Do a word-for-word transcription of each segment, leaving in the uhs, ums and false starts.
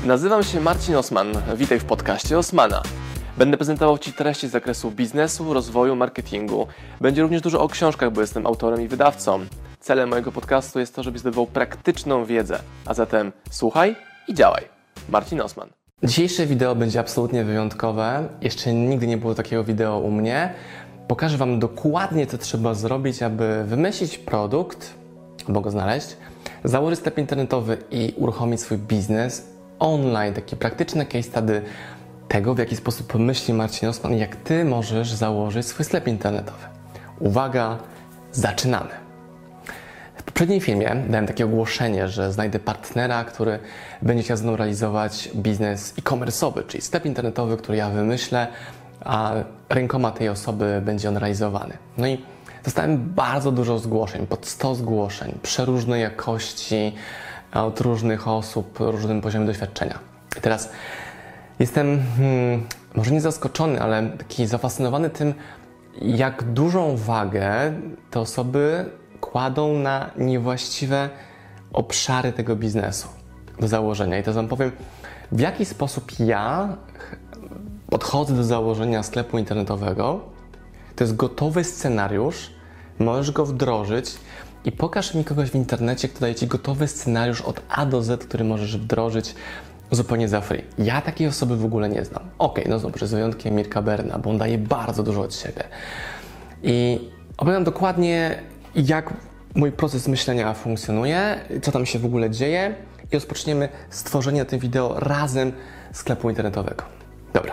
Nazywam się Marcin Osman. Witaj w podcaście Osmana. Będę prezentował Ci treści z zakresu biznesu, rozwoju, marketingu. Będzie również dużo o książkach, bo jestem autorem i wydawcą. Celem mojego podcastu jest to, żebyś zdobywał praktyczną wiedzę. A zatem słuchaj i działaj. Marcin Osman. Dzisiejsze wideo będzie absolutnie wyjątkowe. Jeszcze nigdy nie było takiego wideo u mnie. Pokażę Wam dokładnie, co trzeba zrobić, aby wymyślić produkt, albo go znaleźć, założyć sklep internetowy i uruchomić swój biznes online. Takie praktyczne case study tego, w jaki sposób myśli Marcin Osman, jak Ty możesz założyć swój sklep internetowy. Uwaga, zaczynamy! W poprzednim filmie dałem takie ogłoszenie, że znajdę partnera, który będzie chciał ze mną realizować biznes e-commerce'owy, czyli sklep internetowy, który ja wymyślę, a rękoma tej osoby będzie on realizowany. No i dostałem bardzo dużo zgłoszeń, pod sto zgłoszeń, przeróżnej jakości, od różnych osób, różnym poziomem doświadczenia. I teraz jestem hmm, może nie zaskoczony, ale taki zafascynowany tym, jak dużą wagę te osoby kładą na niewłaściwe obszary tego biznesu do założenia. I teraz Wam powiem, w jaki sposób ja podchodzę do założenia sklepu internetowego. To jest gotowy scenariusz, możesz go wdrożyć i pokaż mi kogoś w internecie, kto daje Ci gotowy scenariusz od A do Z, który możesz wdrożyć zupełnie za free. Ja takiej osoby w ogóle nie znam. Okej, okay, no dobrze, z wyjątkiem Mirka Berna, bo on daje bardzo dużo od siebie. I opowiadam dokładnie, jak mój proces myślenia funkcjonuje, co tam się w ogóle dzieje i rozpoczniemy stworzenie na tym wideo razem sklepu internetowego. Dobra.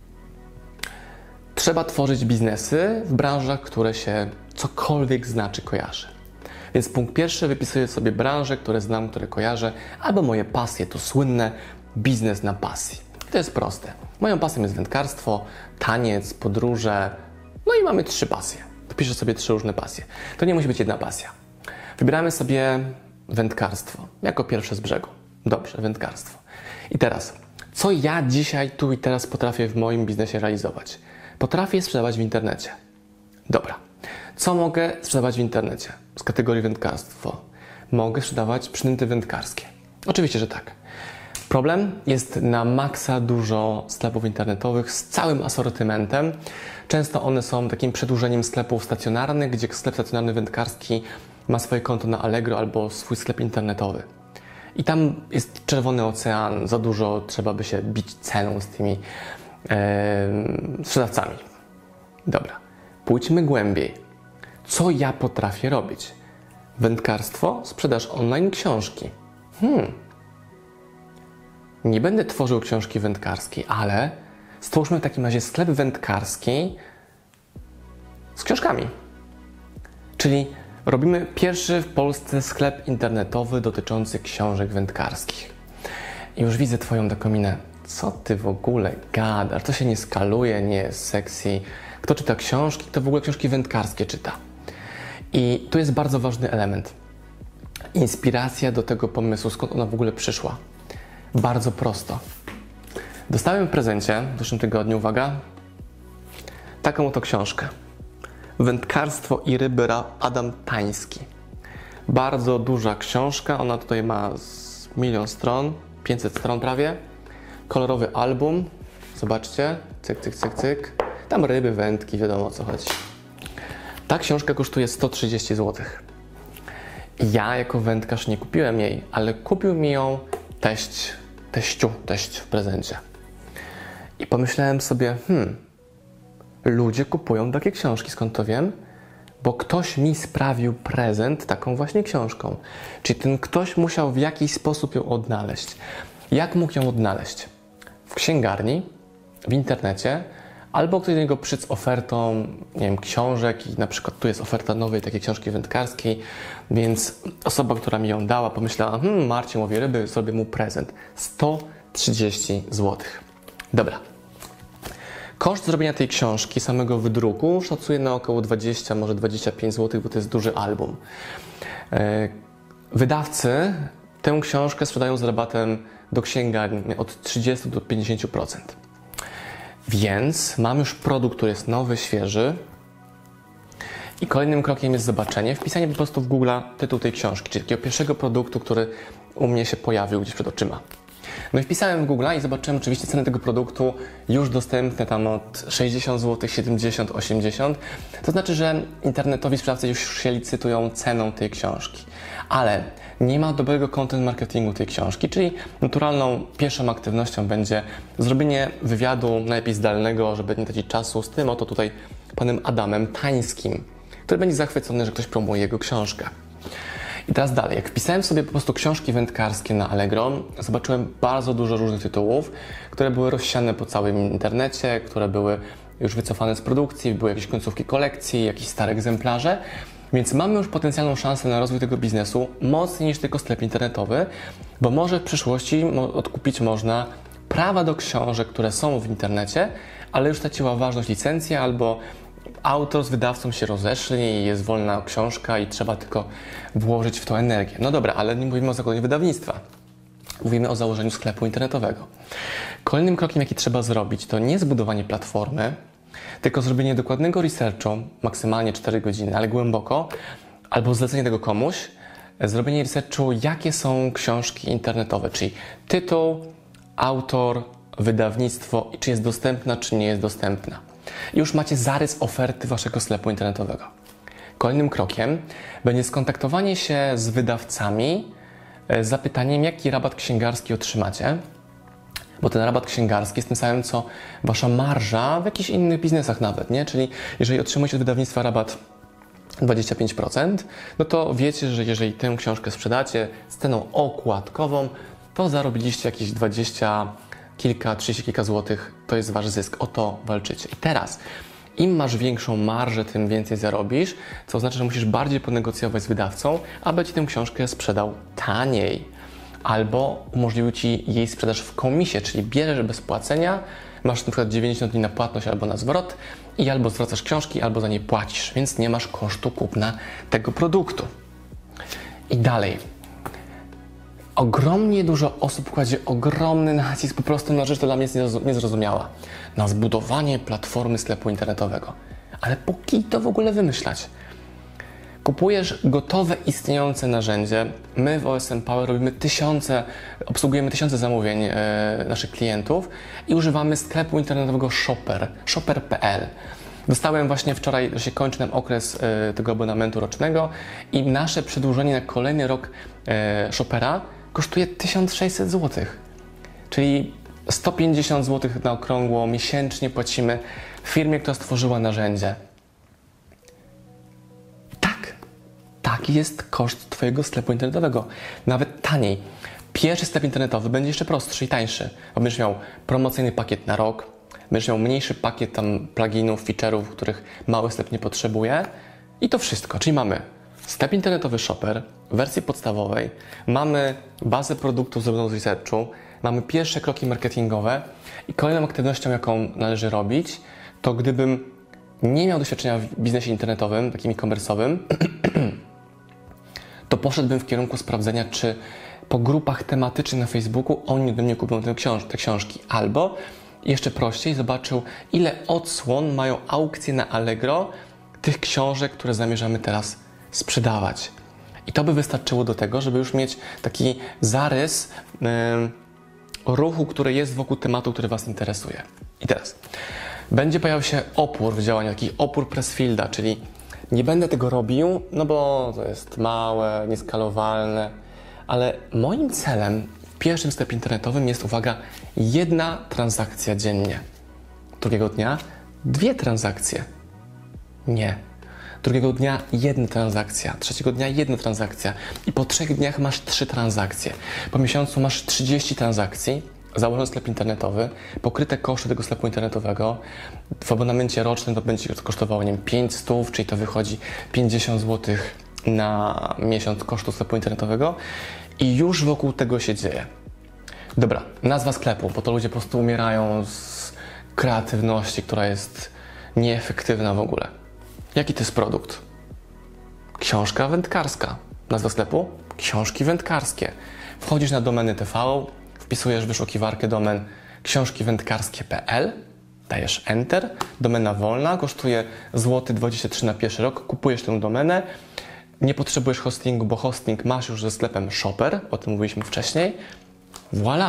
Trzeba tworzyć biznesy w branżach, które się cokolwiek znaczy, kojarzy. Więc punkt pierwszy, wypisuję sobie branże, które znam, które kojarzę, albo moje pasje, to słynne biznes na pasji. To jest proste. Moją pasją jest wędkarstwo, taniec, podróże, no i mamy trzy pasje. Dopiszę sobie trzy różne pasje. To nie musi być jedna pasja. Wybieramy sobie wędkarstwo, jako pierwsze z brzegu. Dobrze, wędkarstwo. I teraz, co ja dzisiaj, tu i teraz potrafię w moim biznesie realizować? Potrafię sprzedawać w internecie. Dobra. Co mogę sprzedawać w internecie z kategorii wędkarstwo? Mogę sprzedawać przynęty wędkarskie. Oczywiście, że tak. Problem jest na maksa dużo sklepów internetowych z całym asortymentem. Często one są takim przedłużeniem sklepów stacjonarnych, gdzie sklep stacjonarny wędkarski ma swoje konto na Allegro albo swój sklep internetowy. I tam jest czerwony ocean, za dużo trzeba by się bić ceną z tymi Yy, sprzedawcami. Dobra, pójdźmy głębiej. Co ja potrafię robić? Wędkarstwo, sprzedaż online, książki. Hmm. Nie będę tworzył książki wędkarskiej, ale stwórzmy w takim razie sklep wędkarski z książkami. Czyli robimy pierwszy w Polsce sklep internetowy dotyczący książek wędkarskich. I już widzę Twoją taką minę. Co Ty w ogóle gadasz? To się nie skaluje, nie jest sexy. Kto czyta książki, kto w ogóle książki wędkarskie czyta. I tu jest bardzo ważny element. Inspiracja do tego pomysłu, skąd ona w ogóle przyszła. Bardzo prosto. Dostałem w prezencie w zeszłym tygodniu, uwaga, taką oto książkę. Wędkarstwo i ryby Adam Tański. Bardzo duża książka, ona tutaj ma z milion stron, pięćset stron prawie. Kolorowy album, zobaczcie, cyk, cyk, cyk, cyk. Tam ryby, wędki, wiadomo o co chodzi. Ta książka kosztuje sto trzydzieści złotych. Ja jako wędkarz nie kupiłem jej, ale kupił mi ją teść, teściu, teść w prezencie. I pomyślałem sobie, hmm, ludzie kupują takie książki, skąd to wiem? Bo ktoś mi sprawił prezent taką właśnie książką. Czyli ten ktoś musiał w jakiś sposób ją odnaleźć. Jak mógł ją odnaleźć? W księgarni, w internecie, albo ktoś do niego przyszedł z ofertą, nie wiem, książek i na przykład tu jest oferta nowej takiej książki wędkarskiej, więc osoba, która mi ją dała, pomyślała, hmm, Marcin łowi ryby, zrobię mu prezent. sto trzydzieści złotych. Dobra. Koszt zrobienia tej książki, samego wydruku, szacuję na około dwadzieścia, może dwadzieścia pięć złotych, bo to jest duży album. Wydawcy tę książkę sprzedają z rabatem do księgarni od trzydziestu do pięćdziesięciu procent. Więc mam już produkt, który jest nowy, świeży. I kolejnym krokiem jest zobaczenie, wpisanie po prostu w Google tytuł tej książki, czyli takiego pierwszego produktu, który u mnie się pojawił gdzieś przed oczyma. No i wpisałem w Google i zobaczyłem oczywiście ceny tego produktu już dostępne tam od sześćdziesiąt złotych, siedemdziesiąt, osiemdziesiąt. To znaczy, że internetowi sprzedawcy już się licytują ceną tej książki. Ale nie ma dobrego content marketingu tej książki, czyli naturalną pierwszą aktywnością będzie zrobienie wywiadu, najlepiej zdalnego, żeby nie tracić czasu, z tym oto tutaj panem Adamem Tańskim, który będzie zachwycony, że ktoś promuje jego książkę. I teraz dalej, jak wpisałem sobie po prostu książki wędkarskie na Allegro, zobaczyłem bardzo dużo różnych tytułów, które były rozsiane po całym internecie, które były już wycofane z produkcji, były jakieś końcówki kolekcji, jakieś stare egzemplarze, więc mamy już potencjalną szansę na rozwój tego biznesu mocniej niż tylko sklep internetowy, bo może w przyszłości odkupić można prawa do książek, które są w internecie, ale już straciła ważność licencja albo autor z wydawcą się rozeszli i jest wolna książka i trzeba tylko włożyć w to energię. No dobra, ale nie mówimy o zakładaniu wydawnictwa. Mówimy o założeniu sklepu internetowego. Kolejnym krokiem, jaki trzeba zrobić, to nie zbudowanie platformy, tylko zrobienie dokładnego researchu, maksymalnie cztery godziny, ale głęboko, albo zlecenie tego komuś, zrobienie researchu, jakie są książki internetowe, czyli tytuł, autor, wydawnictwo i czy jest dostępna, czy nie jest dostępna. I już macie zarys oferty waszego sklepu internetowego. Kolejnym krokiem będzie skontaktowanie się z wydawcami z zapytaniem, jaki rabat księgarski otrzymacie, bo ten rabat księgarski jest tym samym, co wasza marża w jakichś innych biznesach nawet, nie? Czyli jeżeli otrzymujecie od wydawnictwa rabat dwadzieścia pięć procent, no to wiecie, że jeżeli tę książkę sprzedacie z ceną okładkową, to zarobiliście jakieś dwadzieścia kilka, trzydzieści kilka złotych, to jest wasz zysk, o to walczycie. I teraz, im masz większą marżę, tym więcej zarobisz, co oznacza, że musisz bardziej ponegocjować z wydawcą, aby ci tę książkę sprzedał taniej. Albo umożliwił ci jej sprzedaż w komisie, czyli bierzesz bez płacenia, masz na przykład dziewięćdziesiąt dni na płatność albo na zwrot i albo zwracasz książki, albo za nie płacisz, więc nie masz kosztu kupna tego produktu. I dalej. Ogromnie dużo osób kładzie ogromny nacisk po prostu na rzecz, to dla mnie jest niezrozumiała. Na zbudowanie platformy sklepu internetowego. Ale po kij to w ogóle wymyślać? Kupujesz gotowe, istniejące narzędzie. My w O S M Power robimy tysiące, obsługujemy tysiące zamówień e, naszych klientów i używamy sklepu internetowego Shopper, shopper kropka p l. Dostałem właśnie wczoraj, że się kończy nam okres e, tego abonamentu rocznego i nasze przedłużenie na kolejny rok e, Shoppera kosztuje tysiąc sześćset złotych. Czyli sto pięćdziesiąt złotych na okrągło miesięcznie płacimy firmie, która stworzyła narzędzie. Tak, taki jest koszt twojego sklepu internetowego. Nawet taniej. Pierwszy sklep internetowy będzie jeszcze prostszy i tańszy, bo będziesz miał promocyjny pakiet na rok, będziesz miał mniejszy pakiet tam pluginów, feature'ów, których mały sklep nie potrzebuje i to wszystko. Czyli mamy sklep internetowy Shopper w wersji podstawowej, mamy bazę produktów zrobioną z researchu, mamy pierwsze kroki marketingowe i kolejną aktywnością, jaką należy robić, to gdybym nie miał doświadczenia w biznesie internetowym, takim e-commerce'owym, to poszedłbym w kierunku sprawdzenia, czy po grupach tematycznych na Facebooku oni ode mnie kupią te, książ- te książki. Albo jeszcze prościej zobaczył, ile odsłon mają aukcje na Allegro tych książek, które zamierzamy teraz sprzedawać. I to by wystarczyło do tego, żeby już mieć taki zarys yy, ruchu, który jest wokół tematu, który was interesuje. I teraz będzie pojawiał się opór w działaniu, taki opór Pressfielda, czyli nie będę tego robił, no bo to jest małe, nieskalowalne, ale moim celem w pierwszym sklepie internetowym jest, uwaga, jedna transakcja dziennie. Drugiego dnia dwie transakcje. Nie. Drugiego dnia jedna transakcja, trzeciego dnia jedna transakcja i po trzech dniach masz trzy transakcje. Po miesiącu masz trzydzieści transakcji, założony sklep internetowy, pokryte koszty tego sklepu internetowego. W abonamencie rocznym to będzie kosztowało, nie wiem, pięćset, czyli to wychodzi pięćdziesiąt złotych na miesiąc kosztu sklepu internetowego i już wokół tego się dzieje. Dobra, nazwa sklepu, bo to ludzie po prostu umierają z kreatywności, która jest nieefektywna w ogóle. Jaki to jest produkt? Książka wędkarska. Nazwa sklepu? Książki wędkarskie. Wchodzisz na domeny T V, wpisujesz w wyszukiwarkę domen książki wędkarskie kropka p l, dajesz Enter, domena wolna, kosztuje złoty dwadzieścia trzy na pierwszy rok, kupujesz tę domenę, nie potrzebujesz hostingu, bo hosting masz już ze sklepem Shopper, o tym mówiliśmy wcześniej. Voilà!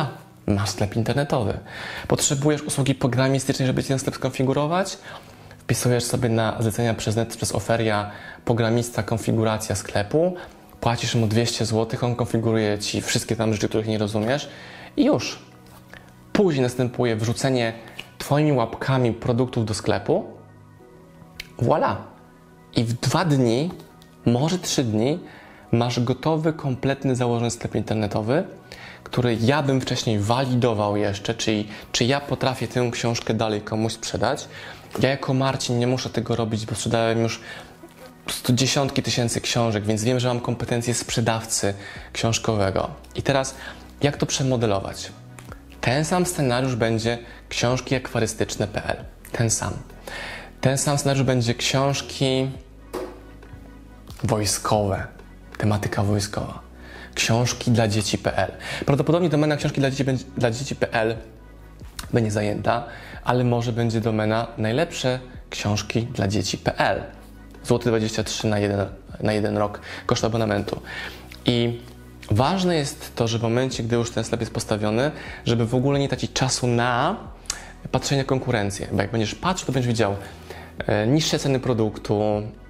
Masz sklep internetowy. Potrzebujesz usługi programistycznej, żeby ci ten sklep skonfigurować? Wpisujesz sobie na zlecenia przez net, przez Oferia programista, konfiguracja sklepu, płacisz mu dwieście złotych, on konfiguruje ci wszystkie tam rzeczy, których nie rozumiesz i już. Później następuje wrzucenie twoimi łapkami produktów do sklepu. Voilà. I w dwa dni, może trzy dni masz gotowy, kompletny, założony sklep internetowy, który ja bym wcześniej walidował jeszcze, czyli czy ja potrafię tę książkę dalej komuś sprzedać. Ja jako Marcin nie muszę tego robić, bo sprzedałem już sto dziesiątki tysięcy książek, więc wiem, że mam kompetencje sprzedawcy książkowego. I teraz jak to przemodelować? Ten sam scenariusz będzie książki akwarystyczne kropka pe el. Ten sam. Ten sam scenariusz będzie książki wojskowe. Tematyka wojskowa. Książki dla dzieci kropka pe el. Prawdopodobnie domena książki dla dzieci, dla dzieci kropka pe el będzie zajęta, ale może będzie domena najlepsze książki dla dzieci kropka pe el. Złoty dwadzieścia trzy na jeden, na jeden rok koszt abonamentu. I ważne jest to, że w momencie, gdy już ten sklep jest postawiony, żeby w ogóle nie tracić czasu na patrzenie na konkurencję. Bo jak będziesz patrzył, to będziesz widział e, niższe ceny produktu,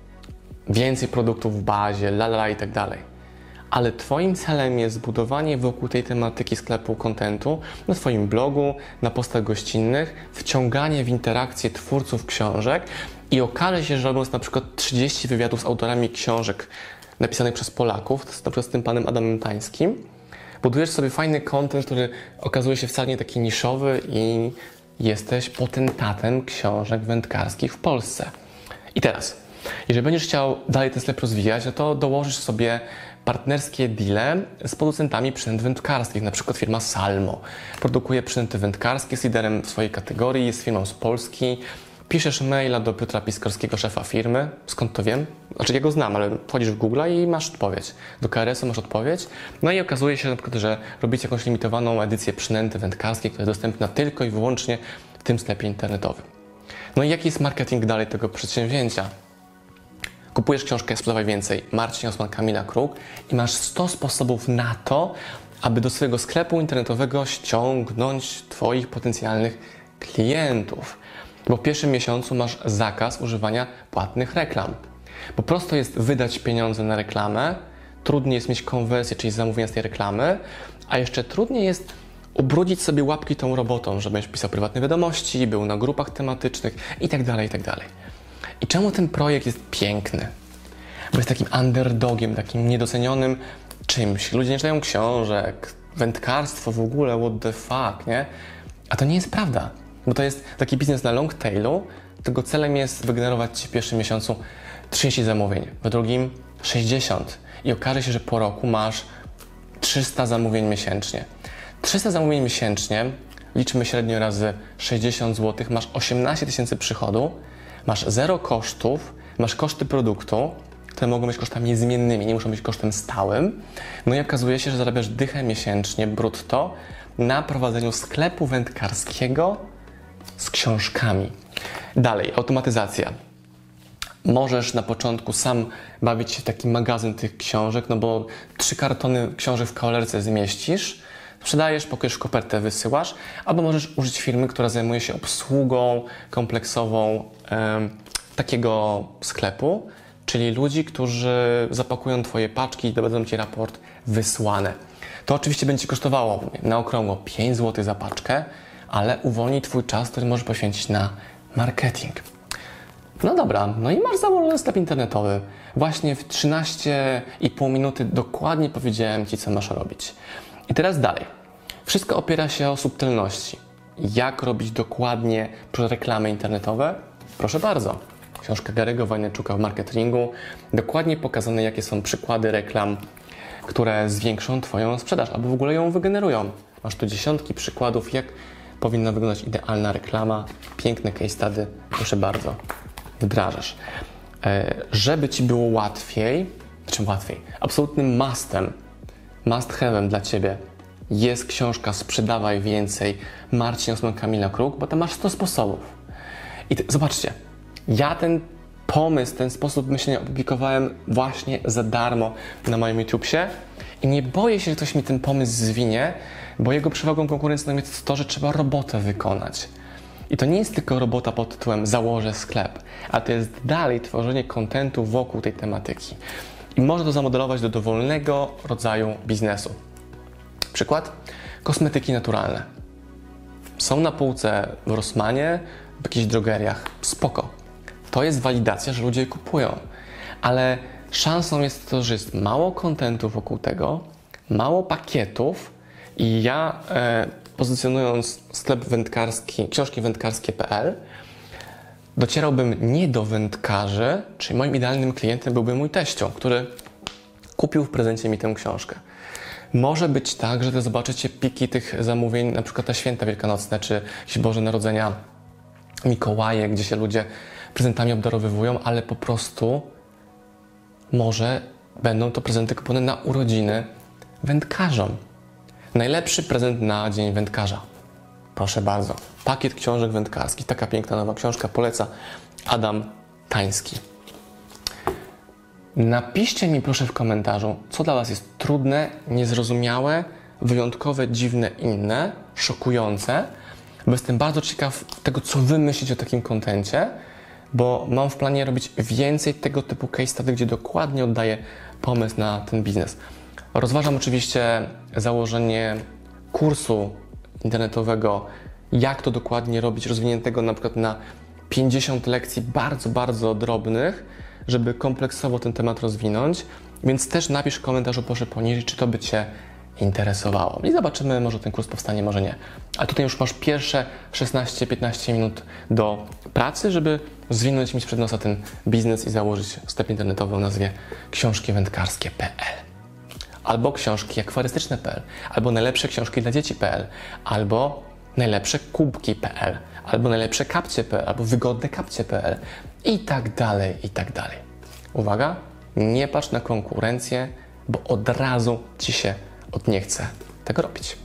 więcej produktów w bazie, lalala i tak dalej. Ale twoim celem jest zbudowanie wokół tej tematyki sklepu kontentu na twoim blogu, na postach gościnnych, wciąganie w interakcję twórców książek i okaże się, że robiąc na przykład trzydzieści wywiadów z autorami książek napisanych przez Polaków, to jest na przykład z tym panem Adamem Tańskim, budujesz sobie fajny content, który okazuje się wcale nie taki niszowy i jesteś potentatem książek wędkarskich w Polsce. I teraz, jeżeli będziesz chciał dalej ten sklep rozwijać, no to dołożysz sobie partnerskie deale z producentami przynęt wędkarskich, na przykład firma Salmo. Produkuje przynęty wędkarskie, jest liderem w swojej kategorii, jest firmą z Polski. Piszesz maila do Piotra Piskorskiego, szefa firmy. Skąd to wiem? Znaczy ja go znam, ale wchodzisz w Google i masz odpowiedź. Do K R S u masz odpowiedź. No i okazuje się na przykład, że robicie jakąś limitowaną edycję przynęty wędkarskiej, która jest dostępna tylko i wyłącznie w tym sklepie internetowym. No i jaki jest marketing dalej tego przedsięwzięcia? Kupujesz książkę Sprzedawaj Więcej, Marcin Osman, Kamila Kruk i masz sto sposobów na to, aby do swojego sklepu internetowego ściągnąć twoich potencjalnych klientów. Bo w pierwszym miesiącu masz zakaz używania płatnych reklam. Bo prosto jest wydać pieniądze na reklamę, trudniej jest mieć konwersję, czyli zamówienia z tej reklamy, a jeszcze trudniej jest ubrudzić sobie łapki tą robotą, że będziesz pisał prywatne wiadomości, był na grupach tematycznych itd., itd. I czemu ten projekt jest piękny? Bo jest takim underdogiem, takim niedocenionym czymś. Ludzie nie czytają książek, wędkarstwo w ogóle, what the fuck, nie? A to nie jest prawda, bo to jest taki biznes na long tailu, tego celem jest wygenerować Ci w pierwszym miesiącu trzydzieści zamówień, w drugim sześćdziesiąt i okaże się, że po roku masz trzysta zamówień miesięcznie. trzysta zamówień miesięcznie, liczmy średnio razy sześćdziesiąt złotych, masz osiemnaście tysięcy przychodu, masz zero kosztów, masz koszty produktu, które mogą być kosztami zmiennymi, nie muszą być kosztem stałym. No i okazuje się, że zarabiasz dychę miesięcznie brutto na prowadzeniu sklepu wędkarskiego z książkami. Dalej, automatyzacja. Możesz na początku sam bawić się w taki magazyn tych książek, no bo trzy kartony książek w kawalerce zmieścisz, sprzedajesz, pakujesz kopertę, wysyłasz, albo możesz użyć firmy, która zajmuje się obsługą kompleksową e, takiego sklepu, czyli ludzi, którzy zapakują Twoje paczki i dodadzą Ci raport wysłane. To oczywiście będzie kosztowało na okrągło pięć złotych za paczkę, ale uwolni Twój czas, który możesz poświęcić na marketing. No dobra, no i masz założony sklep internetowy. Właśnie w trzynaście i pół minuty dokładnie powiedziałem Ci, co masz robić. I teraz dalej. Wszystko opiera się o subtelności. Jak robić dokładnie reklamy internetowe? Proszę bardzo. Książka Gary'ego Vaynerchuka w marketingu. Dokładnie pokazane, jakie są przykłady reklam, które zwiększą Twoją sprzedaż, albo w ogóle ją wygenerują. Masz tu dziesiątki przykładów, jak powinna wyglądać idealna reklama. Piękne case study. Proszę bardzo. Wdrażasz. E, żeby Ci było łatwiej, czym łatwiej, absolutnym mustem, must have'em dla Ciebie jest książka Sprzedawaj Więcej Marcin Osman, Kamila Kruk, bo tam masz sto sposobów. I ty, zobaczcie, ja ten pomysł, ten sposób myślenia opublikowałem właśnie za darmo na moim YouTube'sie i nie boję się, że ktoś mi ten pomysł zwinie, bo jego przewagą konkurencyjną jest to, że trzeba robotę wykonać. I to nie jest tylko robota pod tytułem założę sklep, a to jest dalej tworzenie kontentu wokół tej tematyki. I można to zamodelować do dowolnego rodzaju biznesu. Przykład? Kosmetyki naturalne. Są na półce w Rossmanie, w jakichś drogeriach. Spoko. To jest walidacja, że ludzie je kupują. Ale szansą jest to, że jest mało kontentu wokół tego, mało pakietów i ja e, pozycjonując sklep wędkarski, książki wędkarskie kropka pe el, docierałbym nie do wędkarzy, czyli moim idealnym klientem byłby mój teściu, który kupił w prezencie mi tę książkę. Może być tak, że to zobaczycie piki tych zamówień, na przykład na święta wielkanocne, czy jakieś Boże Narodzenia, Mikołaje, gdzie się ludzie prezentami obdarowywują, ale po prostu może będą to prezenty kupione na urodziny wędkarzom. Najlepszy prezent na Dzień Wędkarza. Proszę bardzo. Pakiet książek wędkarskich. Taka piękna nowa książka. Poleca Adam Tański. Napiszcie mi proszę w komentarzu, co dla Was jest trudne, niezrozumiałe, wyjątkowe, dziwne, inne, szokujące, bo jestem bardzo ciekaw tego, co Wy myślicie o takim kontencie, bo mam w planie robić więcej tego typu case study, gdzie dokładnie oddaję pomysł na ten biznes. Rozważam oczywiście założenie kursu internetowego, jak to dokładnie robić, rozwiniętego na przykład na pięćdziesiąt lekcji bardzo, bardzo drobnych, żeby kompleksowo ten temat rozwinąć, więc też napisz w komentarzu proszę poniżej, czy to by Cię interesowało. I zobaczymy, może ten kurs powstanie, może nie. A tutaj już masz pierwsze szesnaście piętnaście minut do pracy, żeby zwinąć mi sprzed nosa ten biznes i założyć sklep internetowy o nazwie książki wędkarskie kropka pe el. Albo książki akwarystyczne kropka pe el, albo najlepsze książki dla dzieci kropka pe el, albo najlepsze kubki kropka pe el, albo najlepsze kapcie kropka pe el, albo wygodne kapcie kropka pe el i tak dalej, i tak dalej. Uwaga, nie patrz na konkurencję, bo od razu Ci się od nie chce tego robić.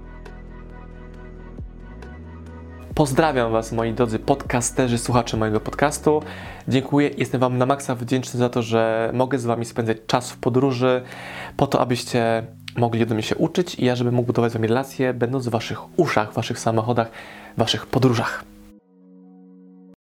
Pozdrawiam Was, moi drodzy podcasterzy, słuchacze mojego podcastu. Dziękuję, jestem Wam na maksa wdzięczny za to, że mogę z Wami spędzać czas w podróży, po to, abyście mogli ode mnie się uczyć i ja, żebym mógł budować z Wami relacje, będąc w Waszych uszach, w Waszych samochodach, w Waszych podróżach.